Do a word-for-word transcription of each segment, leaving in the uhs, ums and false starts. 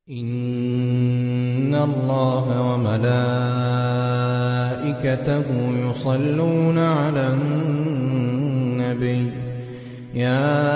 إن الله وملائكته يصلون على النبي يا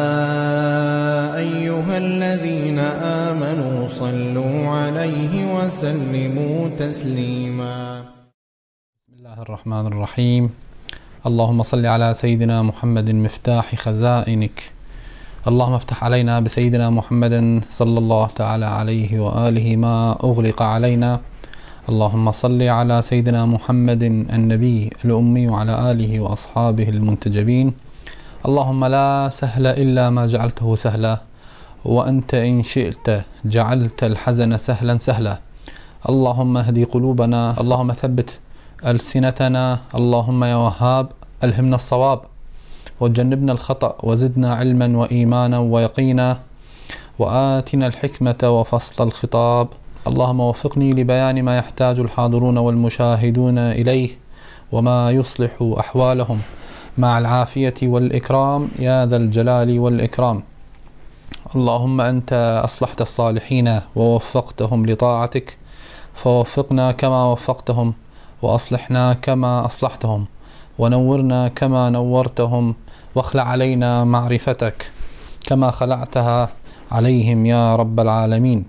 أيها الذين آمنوا صلوا عليه وسلموا تسليما. بسم الله الرحمن الرحيم. اللهم صل على سيدنا محمد مفتاح خزائنك. اللهم افتح علينا بسيدنا محمد صلى الله تعالى عليه وآله ما أغلق علينا. اللهم صل على سيدنا محمد النبي الأمي وعلى آله وأصحابه المنتجبين. اللهم لا سهل إلا ما جعلته سهلا، وأنت إن شئت جعلت الحزن سهلا سهلا. اللهم اهدي قلوبنا، اللهم ثبت ألسنتنا، اللهم يا وهاب ألهمنا الصواب وجنبنا الخطأ وزدنا علما وإيمانا ويقينا وآتنا الحكمة وفصل الخطاب. اللهم وفقني لبيان ما يحتاج الحاضرون والمشاهدون إليه وما يصلح أحوالهم مع العافية والإكرام يا ذا الجلال والإكرام. اللهم أنت أصلحت الصالحين ووفقتهم لطاعتك، فوفقنا كما وفقتهم، وأصلحنا كما أصلحتهم، ونورنا كما نورتهم، واخلع علينا معرفتك كما خلعتها عليهم يا رب العالمين.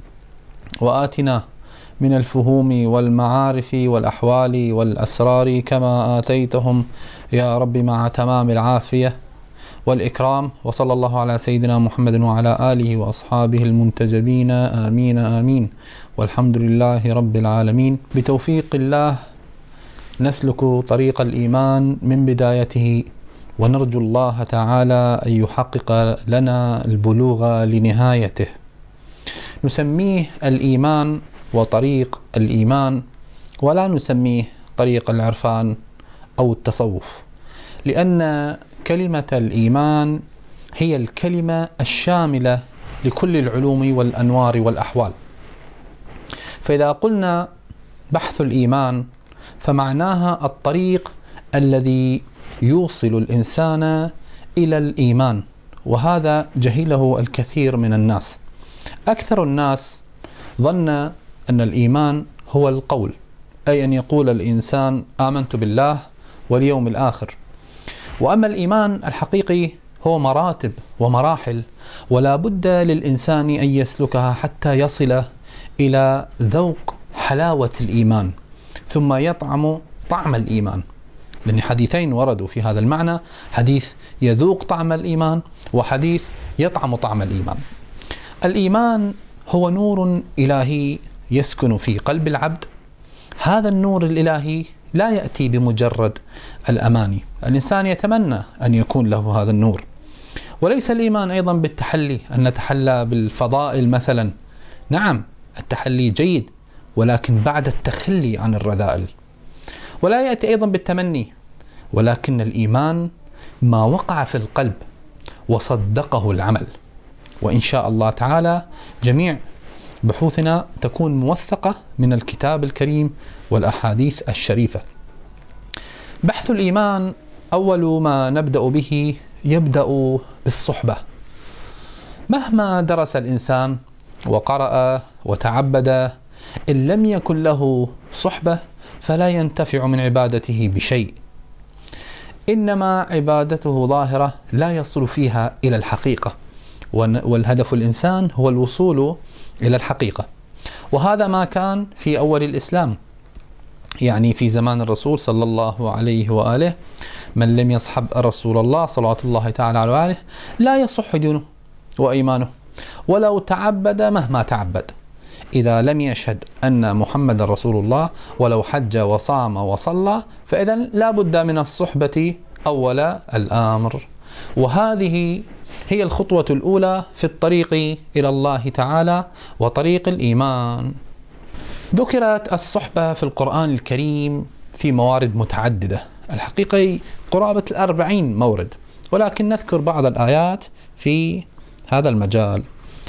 وآتنا من الفهوم والمعارف والأحوال والأسرار كما آتيتهم يا رب مع تمام العافية والإكرام. وصلى الله على سيدنا محمد وعلى آله وأصحابه المنتجبين. آمين آمين، والحمد لله رب العالمين. بتوفيق الله نسلك طريق الإيمان من بدايته، ونرجو الله تعالى أن يحقق لنا البلوغ لنهايته. نسميه الإيمان وطريق الإيمان، ولا نسميه طريق العرفان أو التصوف، لأن كلمة الإيمان هي الكلمة الشاملة لكل العلوم والأنوار والأحوال. فإذا قلنا بحث الإيمان فمعناها الطريق الذي يوصل الإنسان إلى الإيمان، وهذا جهله الكثير من الناس. أكثر الناس ظن أن الإيمان هو القول، أي أن يقول الإنسان آمنت بالله واليوم الآخر. وأما الإيمان الحقيقي هو مراتب ومراحل، ولا بد للإنسان أن يسلكها حتى يصل إلى ذوق حلاوة الإيمان، ثم يطعم طعم الإيمان. لأن حديثين وردوا في هذا المعنى، حديث يذوق طعم الإيمان وحديث يطعم طعم الإيمان. الإيمان هو نور إلهي يسكن في قلب العبد. هذا النور الإلهي لا يأتي بمجرد الأماني، الإنسان يتمنى أن يكون له هذا النور. وليس الإيمان أيضا بالتحلي، أن نتحلى بالفضائل مثلا. نعم التحلي جيد، ولكن بعد التخلي عن الرذائل. ولا يأتي أيضا بالتمني، ولكن الإيمان ما وقع في القلب وصدقه العمل. وإن شاء الله تعالى جميع بحوثنا تكون موثقة من الكتاب الكريم والأحاديث الشريفة. بحث الإيمان أول ما نبدأ به يبدأ بالصحبة. مهما درس الإنسان وقرأ وتعبد، إن لم يكن له صحبة فلا ينتفع من عبادته بشيء. إنما عبادته ظاهرة لا يصل فيها إلى الحقيقة، والهدف الإنسان هو الوصول إلى الحقيقة. وهذا ما كان في أول الإسلام، يعني في زمان الرسول صلى الله عليه وآله. من لم يصحب رسول الله صلوات الله تعالى عليه وآله لا يصح دينه وإيمانه، ولو تعبد مهما تعبد. إذا لم يشهد أن محمد رسول الله ولو حج وصام وصلى، فإذا لا بد من الصحبة أول الأمر. وهذه هي الخطوة الأولى في الطريق إلى الله تعالى وطريق الإيمان. ذكرت الصحبة في القرآن الكريم في موارد متعددة، الحقيقة قرابة الأربعين مورد، ولكن نذكر بعض الآيات في هذا المجال.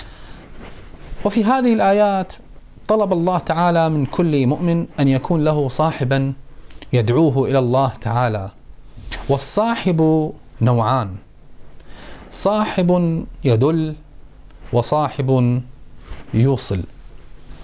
وفي هذه الآيات طلب الله تعالى من كل مؤمن أن يكون له صاحبا يدعوه إلى الله تعالى. والصاحب نوعان: صاحب يدل وصاحب يوصل.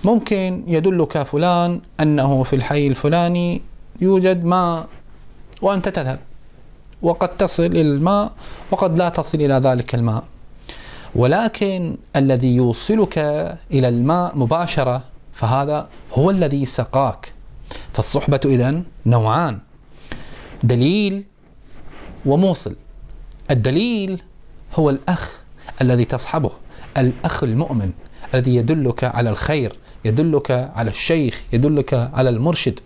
ممكن يدلك فلان أنه في الحي الفلاني يوجد ماء وأنت تذهب، وقد تصل إلى الماء وقد لا تصل إلى ذلك الماء، ولكن الذي يوصلك إلى الماء مباشرة فهذا هو الذي سقاك. فالصحبة إذن نوعان: دليل وموصل. الدليل هو الأخ الذي تصحبه، الأخ المؤمن الذي يدلك على الخير، يدلك على الشيخ، يدلك على المرشد.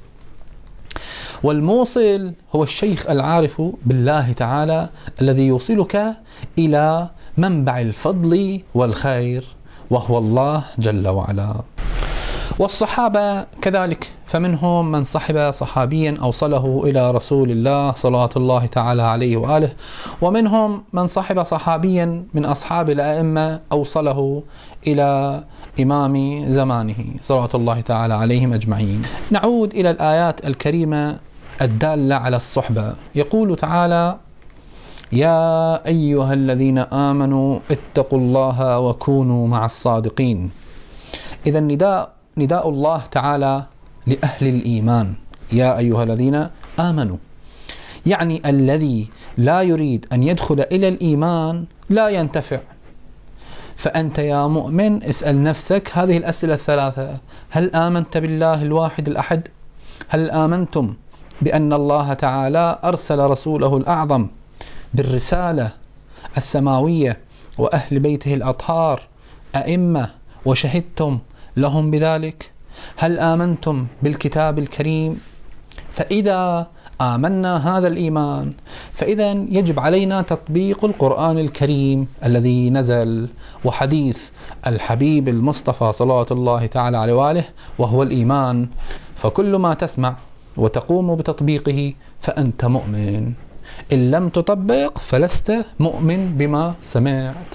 والموصل هو الشيخ العارف بالله تعالى الذي يوصلك إلى منبع الفضل والخير وهو الله جل وعلا. والصحابة كذلك، فمنهم من صحب صحابيا أوصله إلى رسول الله صلوات الله تعالى عليه وآله، ومنهم من صحب صحابيا من أصحاب الأئمة أوصله إلى إمام زمانه صلوات الله تعالى عليهم أجمعين. نعود إلى الآيات الكريمة الدالة على الصحبة. يقول تعالى: يا أيها الذين آمنوا اتقوا الله وكونوا مع الصادقين. إذا نداء نداء الله تعالى لأهل الإيمان، يا أيها الذين آمنوا، يعني الذي لا يريد أن يدخل إلى الإيمان لا ينتفع. فأنت يا مؤمن اسأل نفسك هذه الأسئلة الثلاثة: هل آمنت بالله الواحد الأحد؟ هل آمنتم بأن الله تعالى أرسل رسوله الأعظم بالرسالة السماوية وأهل بيته الأطهار أئمة وشهدتم لهم بذلك؟ هل آمنتم بالكتاب الكريم؟ فإذا آمنا هذا الإيمان فإذا يجب علينا تطبيق القرآن الكريم الذي نزل وحديث الحبيب المصطفى صلوات الله تعالى عليه وآله وهو الإيمان. فكل ما تسمع وتقوم بتطبيقه فأنت مؤمن، إن لم تطبق فلست مؤمن بما سمعت.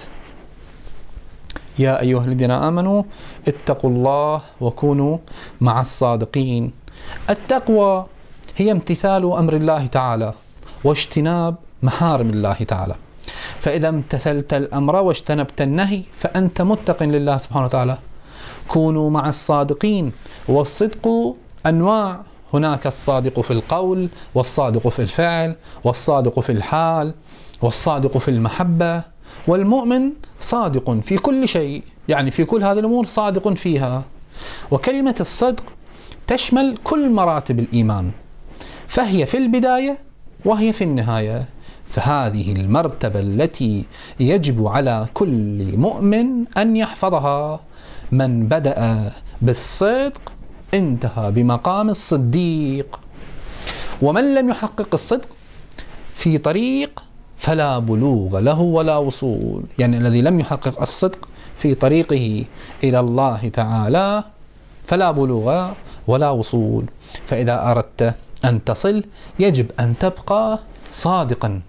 يا أيها الذين آمنوا اتقوا الله وكونوا مع الصادقين. التقوى هي امتثال أمر الله تعالى واجتناب محارم الله تعالى. فإذا امتثلت الأمر واجتنبت النهي فأنت متق لله سبحانه وتعالى. كونوا مع الصادقين. والصدق أنواع، هناك الصادق في القول، والصادق في الفعل، والصادق في الحال، والصادق في المحبة. والمؤمن صادق في كل شيء، يعني في كل هذه الأمور صادق فيها. وكلمة الصدق تشمل كل مراتب الإيمان، فهي في البداية وهي في النهاية. فهذه المرتبة التي يجب على كل مؤمن أن يحفظها. من بدأ بالصدق انتهى بمقام الصديق، ومن لم يحقق الصدق في طريق فلا بلوغ له ولا وصول. يعني الذي لم يحقق الصدق في طريقه إلى الله تعالى فلا بلوغ ولا وصول. فإذا أردت أن تصل يجب أن تبقى صادقا.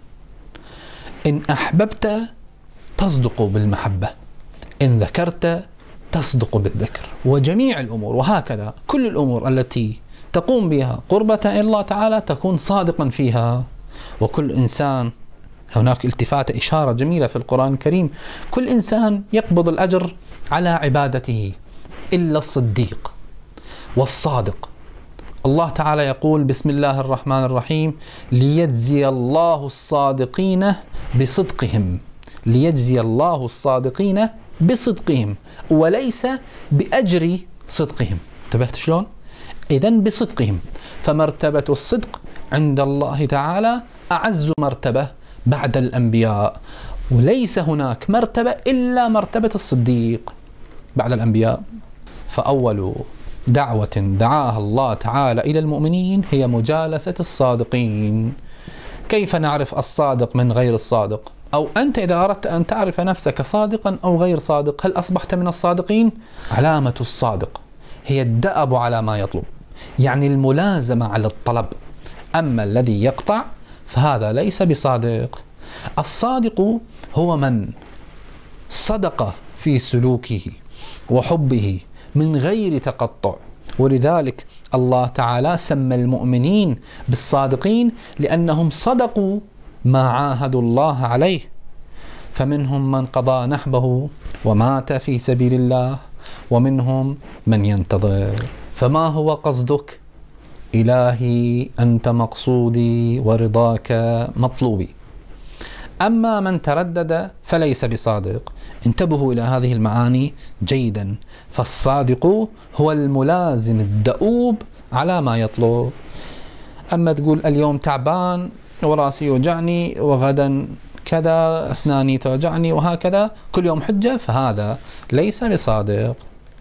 إن أحببت تصدق بالمحبة، إن ذكرت تصدق بالذكر، وجميع الأمور وهكذا كل الأمور التي تقوم بها قربة إلى الله تعالى تكون صادقا فيها. وكل إنسان، هناك التفاتة إشارة جميلة في القرآن الكريم، كل إنسان يقبض الأجر على عبادته إلا الصديق والصادق. الله تعالى يقول: بسم الله الرحمن الرحيم: ليجزي الله الصادقين بصدقهم. ليجزي الله الصادقين بصدقهم وليس بأجر صدقهم. انتبهت شلون؟ إذن بصدقهم. فمرتبة الصدق عند الله تعالى أعز مرتبة بعد الأنبياء، وليس هناك مرتبة إلا مرتبة الصديق بعد الأنبياء. فأول دعوة دعاها الله تعالى إلى المؤمنين هي مجالسة الصادقين. كيف نعرف الصادق من غير الصادق؟ أو أنت إذا أردت أن تعرف نفسك صادقا أو غير صادق، هل أصبحت من الصادقين؟ علامة الصادق هي الدأب على ما يطلب، يعني الملازمة على الطلب. أما الذي يقطع فهذا ليس بصادق. الصادق هو من صدق في سلوكه وحبه من غير تقطع. ولذلك الله تعالى سمى المؤمنين بالصادقين لأنهم صدقوا ما عاهدوا الله عليه. فمنهم من قضى نحبه ومات في سبيل الله، ومنهم من ينتظر. فما هو قصدك؟ إلهي أنت مقصودي ورضاك مطلوبي. أما من تردد فليس بصادق. انتبهوا إلى هذه المعاني جيدا. فالصادق هو الملازم الدؤوب على ما يطلب. أما تقول اليوم تعبان وراسي يوجعني وغدا كذا أسناني توجعني وهكذا كل يوم حجة، فهذا ليس بصادق.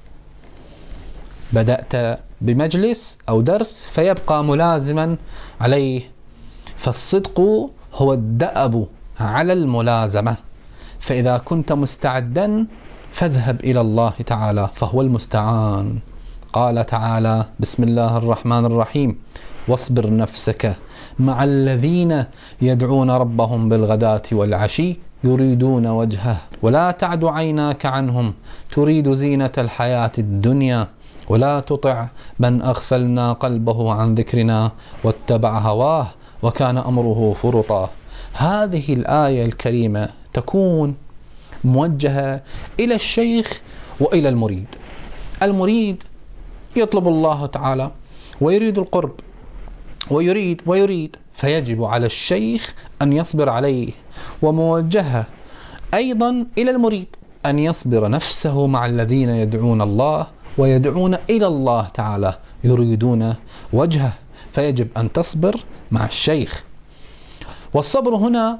بدأت بمجلس أو درس فيبقى ملازما عليه. فالصدق هو الدأب على الملازمة. فإذا كنت مستعدا فاذهب إلى الله تعالى فهو المستعان. قال تعالى: بسم الله الرحمن الرحيم: واصبر نفسك مع الذين يدعون ربهم بالغداة والعشي يريدون وجهه ولا تعد عيناك عنهم تريد زينة الحياة الدنيا ولا تطع من أغفلنا قلبه عن ذكرنا واتبع هواه وكان أمره فرطا. هذه الآية الكريمة تكون موجهة إلى الشيخ وإلى المريد. المريد يطلب الله تعالى ويريد القرب ويريد ويريد فيجب على الشيخ أن يصبر عليه، وموجهة أيضا إلى المريد أن يصبر نفسه مع الذين يدعون الله ويدعون إلى الله تعالى يريدون وجهه، فيجب أن تصبر مع الشيخ. والصبر هنا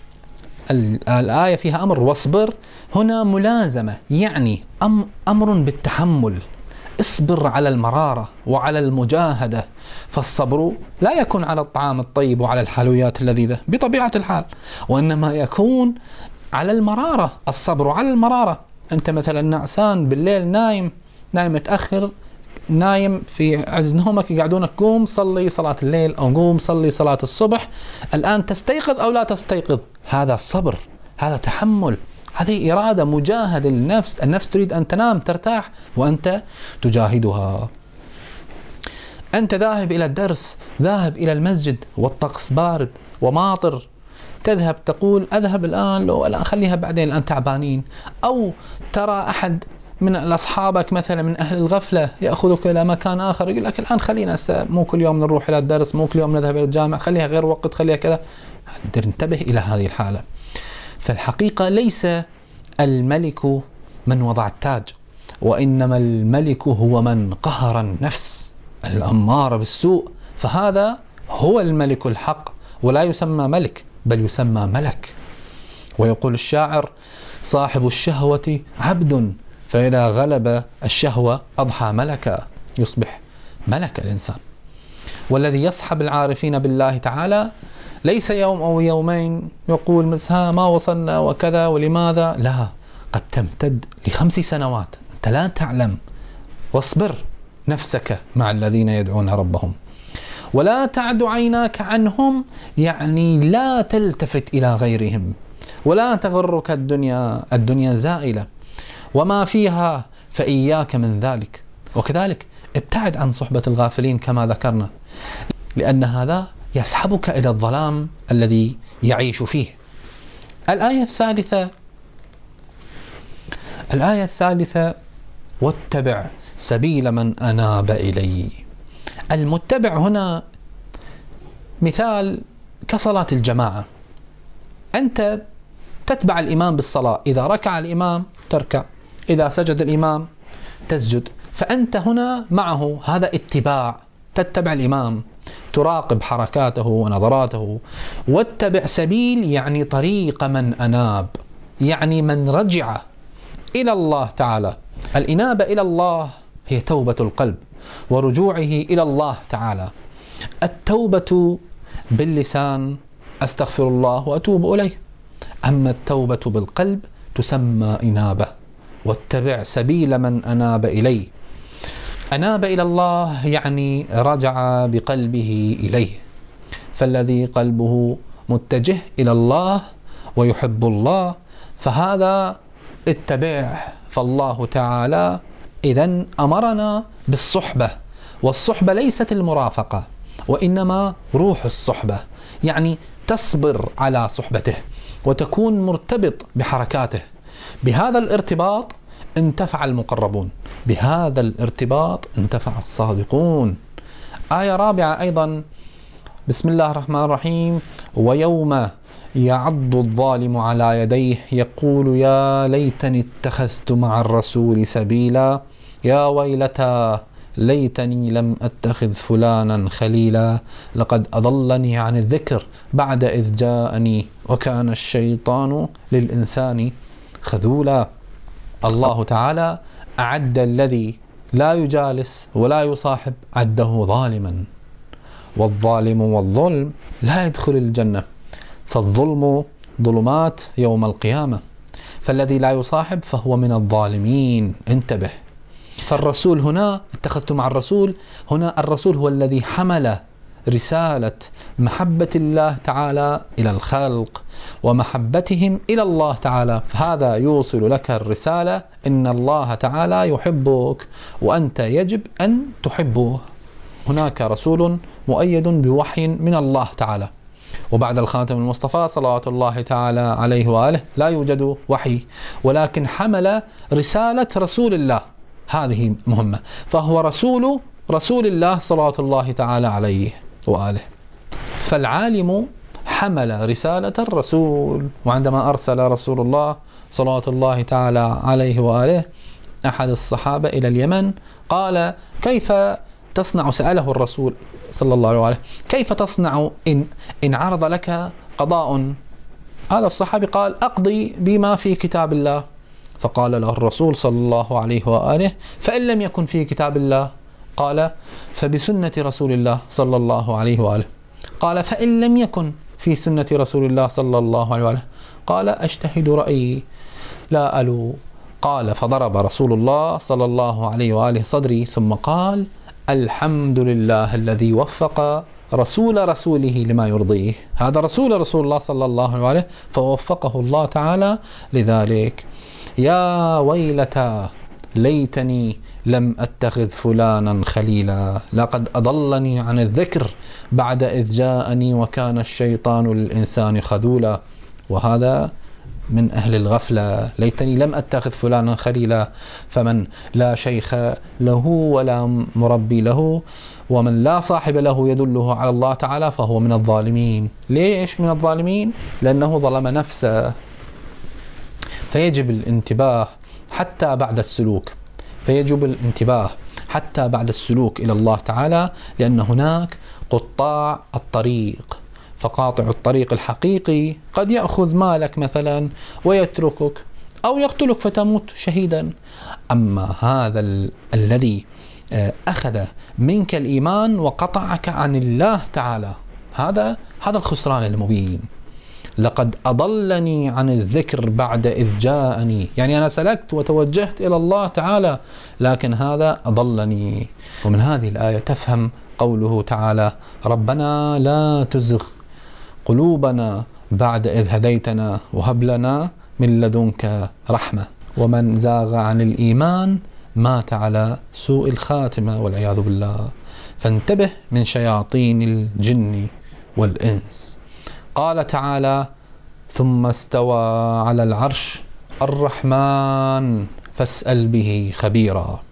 الآية فيها أمر، واصبر هنا ملازمة، يعني أمر بالتحمل. اصبر على المرارة وعلى المجاهدة. فالصبر لا يكون على الطعام الطيب وعلى الحلويات اللذيذة بطبيعة الحال، وإنما يكون على المرارة. الصبر على المرارة. أنت مثلا نعسان بالليل، نايم نايم متأخر، نايم في عز نومك، يقعدونك قوم صلي صلاة الليل أو قوم صلي صلاة الصبح، الآن تستيقظ أو لا تستيقظ. هذا صبر، هذا تحمل، هذه إرادة، مجاهدة للنفس. النفس تريد أن تنام ترتاح وأنت تجاهدها. أنت ذاهب إلى الدرس، ذاهب إلى المسجد والطقس بارد وماطر، تذهب تقول أذهب الآن، لو لا أخليها بعدين الآن تعبانين. أو ترى أحد من أصحابك مثلا من أهل الغفلة يأخذك إلى مكان آخر، يقول لك الآن خلينا مو كل يوم نروح إلى الدرس، مو كل يوم نذهب إلى الجامع، خليها غير وقت، خليها كذا. انتبه إلى هذه الحالة. فالحقيقة ليس الملك من وضع التاج، وإنما الملك هو من قهر النفس الأمارة بالسوء، فهذا هو الملك الحق، ولا يسمى ملك بل يسمى ملك. ويقول الشاعر: صاحب الشهوة عبد فإذا غلب الشهوة أضحى ملكا. يصبح ملك الإنسان. والذي يصحب العارفين بالله تعالى ليس يوم أو يومين يقول مسها ما وصلنا وكذا ولماذا، لا، قد تمتد لخمس سنوات، أنت لا تعلم. واصبر نفسك مع الذين يدعون ربهم ولا تعد عيناك عنهم، يعني لا تلتفت إلى غيرهم، ولا تغرك الدنيا، الدنيا زائلة وما فيها، فإياك من ذلك. وكذلك ابتعد عن صحبة الغافلين كما ذكرنا، لأن هذا يسحبك إلى الظلام الذي يعيش فيه. الآية الثالثة الآية الثالثة واتبع سبيل من أناب إلي. المتبع هنا مثال كصلاة الجماعة. أنت تتبع الإمام بالصلاة، إذا ركع الإمام تركع، إذا سجد الإمام تسجد، فأنت هنا معه، هذا اتباع، تتبع الإمام، تراقب حركاته ونظراته. واتبع سبيل يعني طريق من أناب، يعني من رجع إلى الله تعالى. الإنابة إلى الله هي توبة القلب ورجوعه إلى الله تعالى. التوبة باللسان أستغفر الله وأتوب إليه، أما التوبة بالقلب تسمى إنابة. واتبع سبيل من أناب إليه. أناب إلى الله يعني رجع بقلبه إليه. فالذي قلبه متجه إلى الله ويحب الله فهذا اتبع. فالله تعالى إذن أمرنا بالصحبة، والصحبة ليست المرافقة وإنما روح الصحبة، يعني تصبر على صحبته وتكون مرتبط بحركاته. بهذا الارتباط انتفع المقربون، بهذا الارتباط انتفع الصادقون. آية رابعة أيضا، بسم الله الرحمن الرحيم: ويوم يعض الظالم على يديه يقول يا ليتني اتخذت مع الرسول سبيلا يا ويلتى ليتني لم أتخذ فلانا خليلا لقد أضلني عن الذكر بعد إذ جاءني وكان الشيطان للإنسان خذولا. الله تعالى أعد الذي لا يجالس ولا يصاحب، عده ظالما، والظالم والظلم لا يدخل الجنة، فالظلم ظلمات يوم القيامة، فالذي لا يصاحب فهو من الظالمين. انتبه. فالرسول هنا، اتخذت مع الرسول، هنا الرسول هو الذي حمل رسالة محبة الله تعالى إلى الخلق ومحبتهم إلى الله تعالى، فهذا يوصل لك الرسالة إن الله تعالى يحبك وأنت يجب أن تحبه. هناك رسول مؤيد بوحي من الله تعالى، وبعد الخاتم المصطفى صلوات الله تعالى عليه وآله لا يوجد وحي، ولكن حمل رسالة رسول الله، هذه مهمة، فهو رسول رسول الله صلوات الله تعالى عليه وآله. فالعالم حمل رسالة الرسول، وعندما أرسل رسول الله صلوات الله تعالى عليه وآله أحد الصحابة إلى اليمن قال كيف تصنع، سأله الرسول صلى الله عليه وآله كيف تصنع إن, إن عرض لك قضاء؟ هذا الصحابي قال أقضي بما في كتاب الله. فقال له الرسول صلى الله عليه وآله فإن لم يكن في كتاب الله؟ قال فبسنة رسول الله صلى الله عليه وآله. قال فإن لم يكن في سنة رسول الله صلى الله عليه وآله؟ قال أجتهد رأيي لا ألو. قال فضرب رسول الله صلى الله عليه وآله صدري ثم قال الحمد لله الذي وفق رسول رسوله لما يرضيه. هذا رسول رسول الله صلى الله عليه وآله فوفقه الله تعالى لذلك. يا ويلتى ليتني لم أتخذ فلانا خليلا لقد أضلني عن الذكر بعد إذ جاءني وكان الشيطان للإنسان خذولا. وهذا من أهل الغفلة، ليتني لم أتخذ فلانا خليلا، فمن لا شيخ له ولا مربي له ومن لا صاحب له يدله على الله تعالى فهو من الظالمين. ليش من الظالمين؟ لأنه ظلم نفسه. فيجب الانتباه حتى بعد السلوك، فيجب الانتباه حتى بعد السلوك إلى الله تعالى، لأن هناك قطاع الطريق، فقاطع الطريق الحقيقي قد يأخذ مالك مثلا ويتركك أو يقتلك فتموت شهيدا. أما هذا ال الذي أخذ منك الإيمان وقطعك عن الله تعالى، هذا هذا الخسران المبين. لقد أضلني عن الذكر بعد إذ جاءني، يعني أنا سلكت وتوجهت إلى الله تعالى لكن هذا أضلني. ومن هذه الآية تفهم قوله تعالى ربنا لا تزغ قلوبنا بعد إذ هديتنا وهب لنا من لدنك رحمة. ومن زاغ عن الإيمان مات على سوء الخاتمة والعياذ بالله. فانتبه من شياطين الجن والإنس. قال تعالى ثم استوى على العرش الرحمن فاسأل به خبيرا.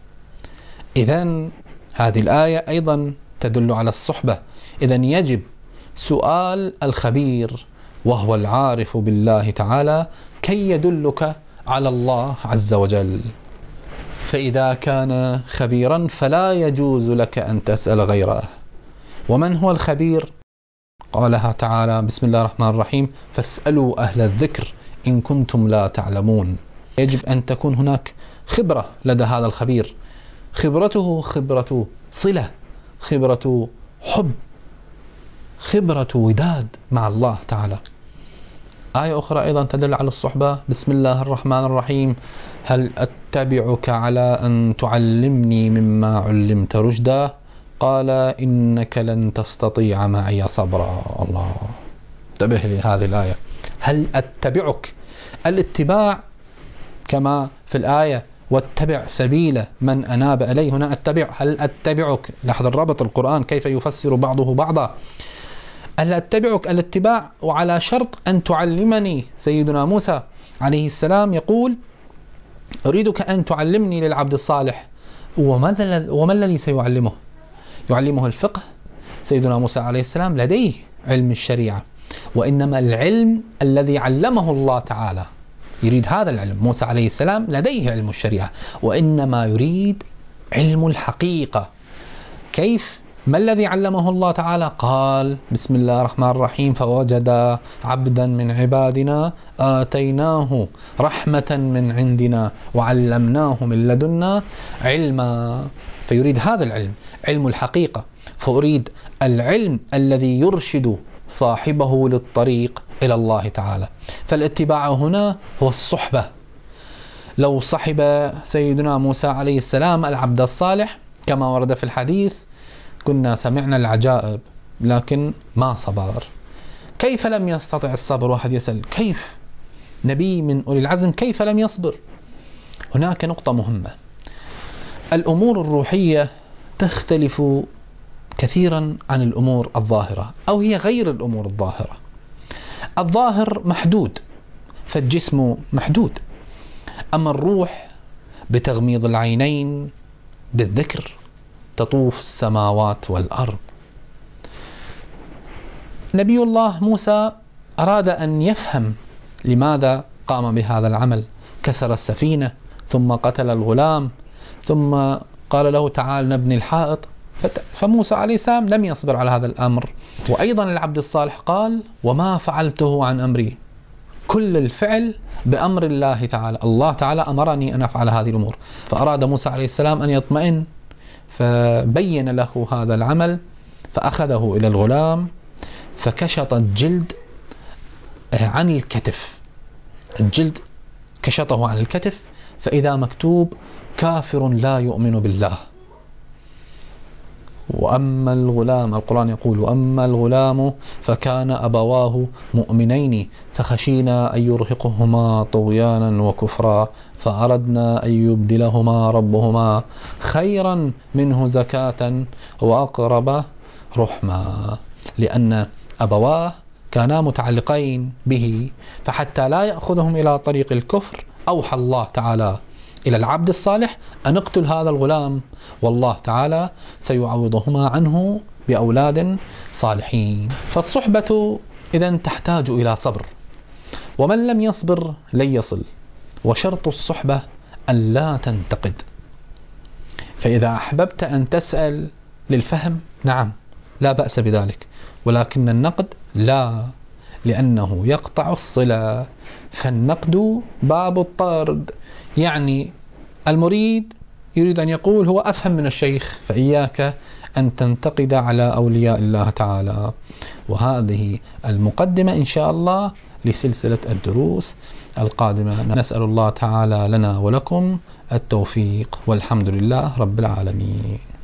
إذن هذه الآية أيضا تدل على الصحبة، إذن يجب سؤال الخبير وهو العارف بالله تعالى كي يدلك على الله عز وجل. فإذا كان خبيرا فلا يجوز لك أن تسأل غيره. ومن هو الخبير؟ قالها تعالى بسم الله الرحمن الرحيم فاسألوا أهل الذكر إن كنتم لا تعلمون. يجب أن تكون هناك خبرة لدى هذا الخبير، خبرته خبرة صلة، خبرة حب، خبرة وداد مع الله تعالى. آية أخرى أيضا تدل على الصحبة بسم الله الرحمن الرحيم هل أتبعك على أن تعلمني مما علمت رشدا قال إنك لن تستطيع معي صبرا. الله، انتبه لهذه الآية. هل أتبعك، الاتباع كما في الآية واتبع سبيل من أناب إلي، هنا أتبع، هل أتبعك، لاحظ الرابط القرآن كيف يفسر بعضه بعضا. هل أتبعك الاتباع وعلى شرط أن تعلمني. سيدنا موسى عليه السلام يقول أريدك أن تعلمني للعبد الصالح. وما الذي سيعلمه؟ يعلمه الفقه. سيدنا موسى عليه السلام لديه علم الشريعة، وإنما العلم الذي علمه الله تعالى يريد هذا العلم. موسى عليه السلام لديه علم الشريعة، وإنما يريد علم الحقيقة. كيف؟ ما الذي علمه الله تعالى؟ قال بسم الله الرحمن الرحيم: فوجد عبدا من عبادنا آتيناه رحمة من عندنا وعلمناه من لدنا علما. فيريد هذا العلم، علم الحقيقة. فأريد العلم الذي يرشد صاحبه للطريق إلى الله تعالى. فالاتباع هنا هو الصحبة. لو صحب سيدنا موسى عليه السلام العبد الصالح كما ورد في الحديث كنا سمعنا العجائب، لكن ما صبر. كيف لم يستطع الصبر؟ واحد يسأل كيف نبي من أولي العزم كيف لم يصبر؟ هناك نقطة مهمة. الأمور الروحية تختلف كثيرا عن الأمور الظاهرة، أو هي غير الأمور الظاهرة. الظاهر محدود، فالجسم محدود، أما الروح بتغميض العينين بالذكر تطوف السماوات والأرض. نبي الله موسى أراد أن يفهم لماذا قام بهذا العمل. كسر السفينة، ثم قتل الغلام، ثم قال له تعال نبني الحائط. فموسى عليه السلام لم يصبر على هذا الأمر. وأيضا العبد الصالح قال وما فعلته عن أمري. كل الفعل بأمر الله تعالى. الله تعالى أمرني أن أفعل هذه الأمور. فأراد موسى عليه السلام أن يطمئن، فبين له هذا العمل، فأخذه إلى الغلام فكشط الجلد عن الكتف. الجلد كشطه عن الكتف، فإذا مكتوب كافر لا يؤمن بالله. وأما الغلام، القرآن يقول وأما الغلام فكان أبواه مؤمنين فخشينا أن يرهقهما طغيانا وكفرا فأردنا أن يبدلهما ربهما خيرا منه زكاة وأقرب رحما. لأن أبواه كانا متعلقين به، فحتى لا يأخذهم إلى طريق الكفر أوحى الله تعالى إلى العبد الصالح أن اقتل هذا الغلام، والله تعالى سيعوضهما عنه بأولاد صالحين. فالصحبة إذن تحتاج إلى صبر، ومن لم يصبر لن يصل. وشرط الصحبة أن لا تنتقد. فإذا أحببت أن تسأل للفهم نعم لا بأس بذلك، ولكن النقد لا، لأنه يقطع الصلة. فالنقد باب الطرد، يعني المريد يريد أن يقول هو أفهم من الشيخ، فإياك أن تنتقد على أولياء الله تعالى. وهذه المقدمة إن شاء الله لسلسلة الدروس القادمة. نسأل الله تعالى لنا ولكم التوفيق، والحمد لله رب العالمين.